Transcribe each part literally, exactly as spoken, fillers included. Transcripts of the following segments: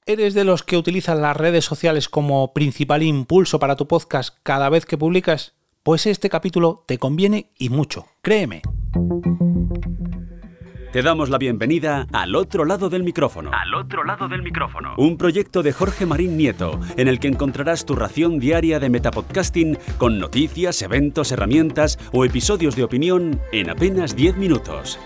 ¿Eres de los que utilizan las redes sociales como principal impulso para tu podcast cada vez que publicas? Pues este capítulo te conviene y mucho, créeme. Te damos la bienvenida al otro lado del micrófono. Al otro lado del micrófono. Un proyecto de Jorge Marín Nieto, en el que encontrarás tu ración diaria de metapodcasting con noticias, eventos, herramientas o episodios de opinión en apenas diez minutos.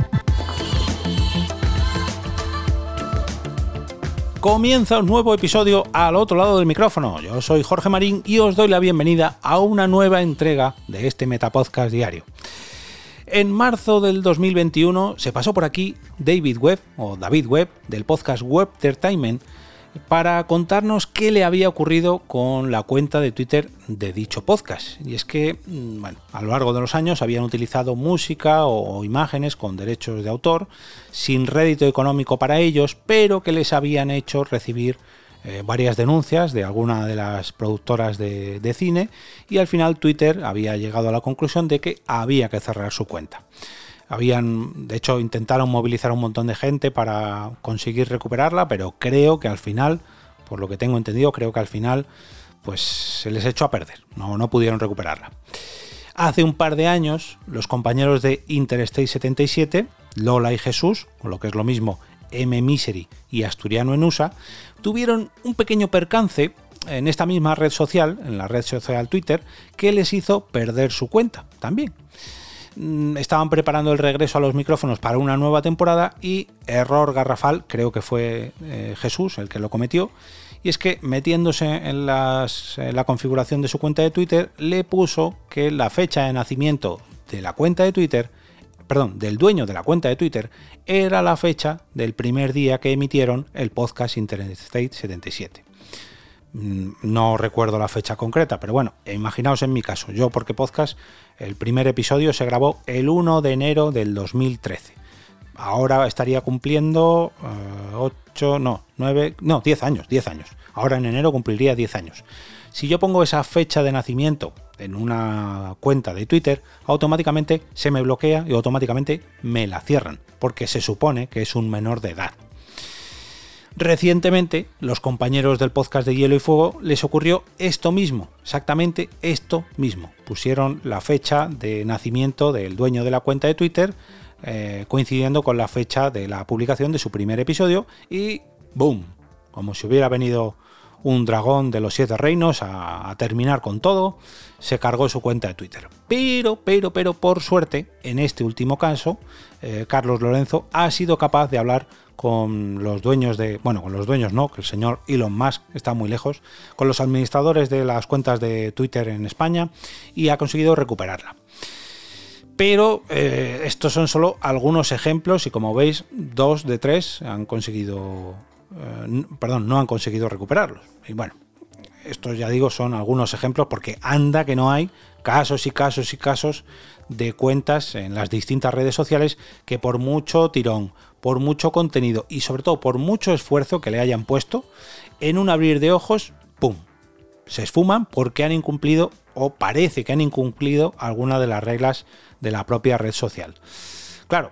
Comienza un nuevo episodio al otro lado del micrófono. Yo soy Jorge Marín y os doy la bienvenida a una nueva entrega de este Metapodcast diario. En marzo del dos mil veintiuno se pasó por aquí David Webb, o David Webb, del podcast Webtertainment, para contarnos qué le había ocurrido con la cuenta de Twitter de dicho podcast. Y es que, bueno, a lo largo de los años habían utilizado música o imágenes con derechos de autor, sin rédito económico para ellos, pero que les habían hecho recibir eh, varias denuncias de alguna de las productoras de, de cine, y al final Twitter había llegado a la conclusión de que había que cerrar su cuenta. Habían, de hecho, intentaron movilizar a un montón de gente para conseguir recuperarla, pero creo que al final, por lo que tengo entendido, creo que al final pues se les echó a perder, no, no pudieron recuperarla. Hace un par de años, los compañeros de Interstate setenta y siete, Lola y Jesús, o lo que es lo mismo, M. Misery y Asturiano en U S A, tuvieron un pequeño percance en esta misma red social, en la red social Twitter, que les hizo perder su cuenta también. Estaban preparando el regreso a los micrófonos para una nueva temporada y error garrafal, creo que fue eh, Jesús el que lo cometió, y es que metiéndose en, las, en la configuración de su cuenta de Twitter le puso que la fecha de nacimiento de la cuenta de Twitter, perdón, del dueño de la cuenta de Twitter, era la fecha del primer día que emitieron el podcast Interstate setenta y siete. No recuerdo la fecha concreta, pero bueno, imaginaos en mi caso, yo porque podcast, el primer episodio se grabó el uno de enero del dos mil trece. Ahora estaría cumpliendo uh, ocho, no, nueve, no, diez años, diez años. Ahora en enero cumpliría diez años. Si yo pongo esa fecha de nacimiento en una cuenta de Twitter, automáticamente se me bloquea y automáticamente me la cierran, porque se supone que es un menor de edad. Recientemente, los compañeros del podcast de Hielo y Fuego les ocurrió esto mismo, exactamente esto mismo. Pusieron la fecha de nacimiento del dueño de la cuenta de Twitter eh, coincidiendo con la fecha de la publicación de su primer episodio y ¡boom! Como si hubiera venido un dragón de los siete reinos a, a terminar con todo, se cargó su cuenta de Twitter. Pero, pero, pero, por suerte, en este último caso, eh, Carlos Lorenzo ha sido capaz de hablar con los dueños de, bueno, con los dueños no, que el señor Elon Musk está muy lejos, con los administradores de las cuentas de Twitter en España y ha conseguido recuperarla. Pero eh, estos son solo algunos ejemplos y como veis, dos de tres han conseguido, eh, perdón, no han conseguido recuperarlos. Y bueno, estos ya digo son algunos ejemplos porque anda que no hay casos y casos y casos de cuentas en las distintas redes sociales que por mucho tirón, por mucho contenido y sobre todo por mucho esfuerzo que le hayan puesto, en un abrir de ojos, ¡pum!, se esfuman porque han incumplido o parece que han incumplido alguna de las reglas de la propia red social. Claro,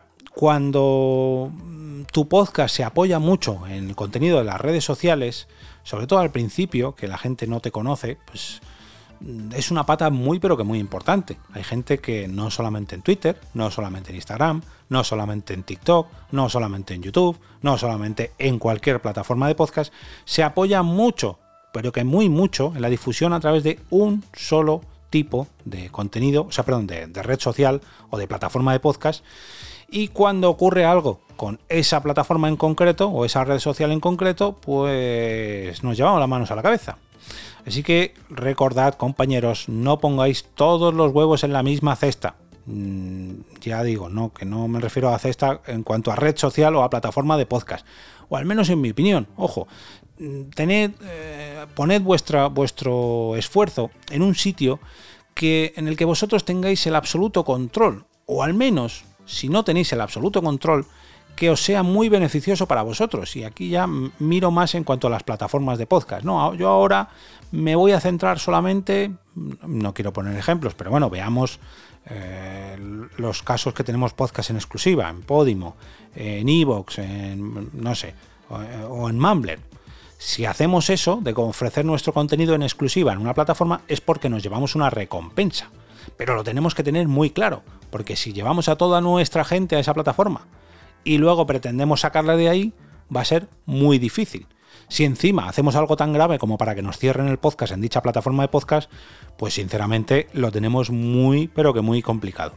cuando tu podcast se apoya mucho en el contenido de las redes sociales, sobre todo al principio, que la gente no te conoce, pues es una pata muy pero que muy importante. Hay gente que no solamente en Twitter, no solamente en Instagram, no solamente en TikTok, no solamente en YouTube, no solamente en cualquier plataforma de podcast, se apoya mucho, pero que muy mucho, en la difusión a través de un solo tipo de contenido, o sea, perdón, de, de red social o de plataforma de podcast. Y cuando ocurre algo con esa plataforma en concreto o esa red social en concreto, pues nos llevamos las manos a la cabeza. Así que recordad, compañeros, no pongáis todos los huevos en la misma cesta. Mm, ya digo, no, que no me refiero a cesta en cuanto a red social o a plataforma de podcast. O al menos en mi opinión, ojo, tened, eh, poned vuestra, vuestro esfuerzo en un sitio que, en el que vosotros tengáis el absoluto control. O al menos, si no tenéis el absoluto control, que os sea muy beneficioso para vosotros. Y aquí ya miro más en cuanto a las plataformas de podcast. No, yo ahora me voy a centrar solamente, no quiero poner ejemplos, pero bueno, veamos eh, los casos que tenemos podcast en exclusiva, en Podimo, en iVoox, en no sé, o, o en Mumbler. Si hacemos eso, de ofrecer nuestro contenido en exclusiva en una plataforma, es porque nos llevamos una recompensa. Pero lo tenemos que tener muy claro, porque si llevamos a toda nuestra gente a esa plataforma y luego pretendemos sacarla de ahí, va a ser muy difícil. Si encima hacemos algo tan grave como para que nos cierren el podcast en dicha plataforma de podcast, pues sinceramente lo tenemos muy, pero que muy complicado.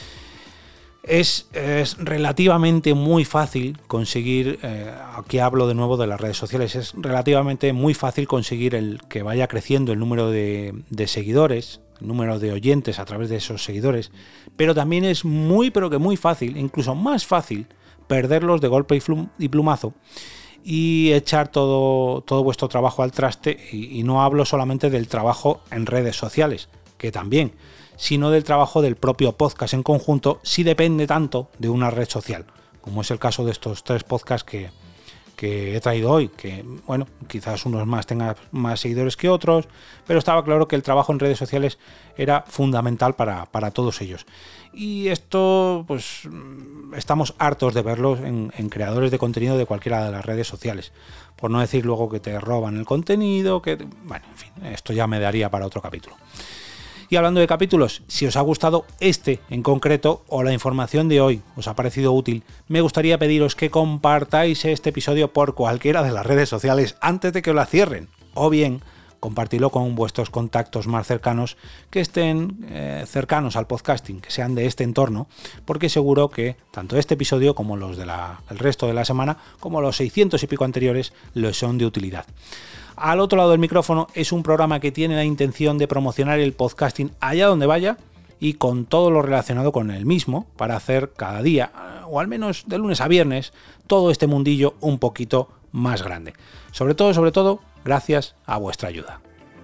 Es, es relativamente muy fácil conseguir, eh, aquí hablo de nuevo de las redes sociales, es relativamente muy fácil conseguir el que vaya creciendo el número de, de seguidores, el número de oyentes a través de esos seguidores, pero también es muy, pero que muy fácil, incluso más fácil, perderlos de golpe y, flum, y plumazo y echar todo, todo vuestro trabajo al traste, y, y no hablo solamente del trabajo en redes sociales, que también, sino del trabajo del propio podcast en conjunto, si depende tanto de una red social, como es el caso de estos tres podcasts que, que he traído hoy, que bueno, quizás unos más tengan más seguidores que otros, pero estaba claro que el trabajo en redes sociales era fundamental para, para todos ellos. Y esto, pues, estamos hartos de verlo en, en creadores de contenido de cualquiera de las redes sociales. Por no decir luego que te roban el contenido, que, bueno, en fin, esto ya me daría para otro capítulo. Y hablando de capítulos, si os ha gustado este en concreto o la información de hoy os ha parecido útil, me gustaría pediros que compartáis este episodio por cualquiera de las redes sociales antes de que la cierren, o bien compartirlo con vuestros contactos más cercanos que estén eh, cercanos al podcasting, que sean de este entorno, porque seguro que tanto este episodio como los del resto de la semana, como los seiscientos y pico anteriores, les son de utilidad. Al otro lado del micrófono es un programa que tiene la intención de promocionar el podcasting allá donde vaya y con todo lo relacionado con el mismo, para hacer cada día, o al menos de lunes a viernes, todo este mundillo un poquito más grande. Sobre todo, sobre todo, gracias a vuestra ayuda.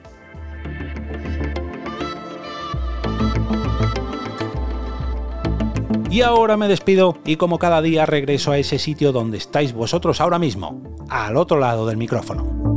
Y ahora me despido y como cada día regreso a ese sitio donde estáis vosotros ahora mismo, al otro lado del micrófono.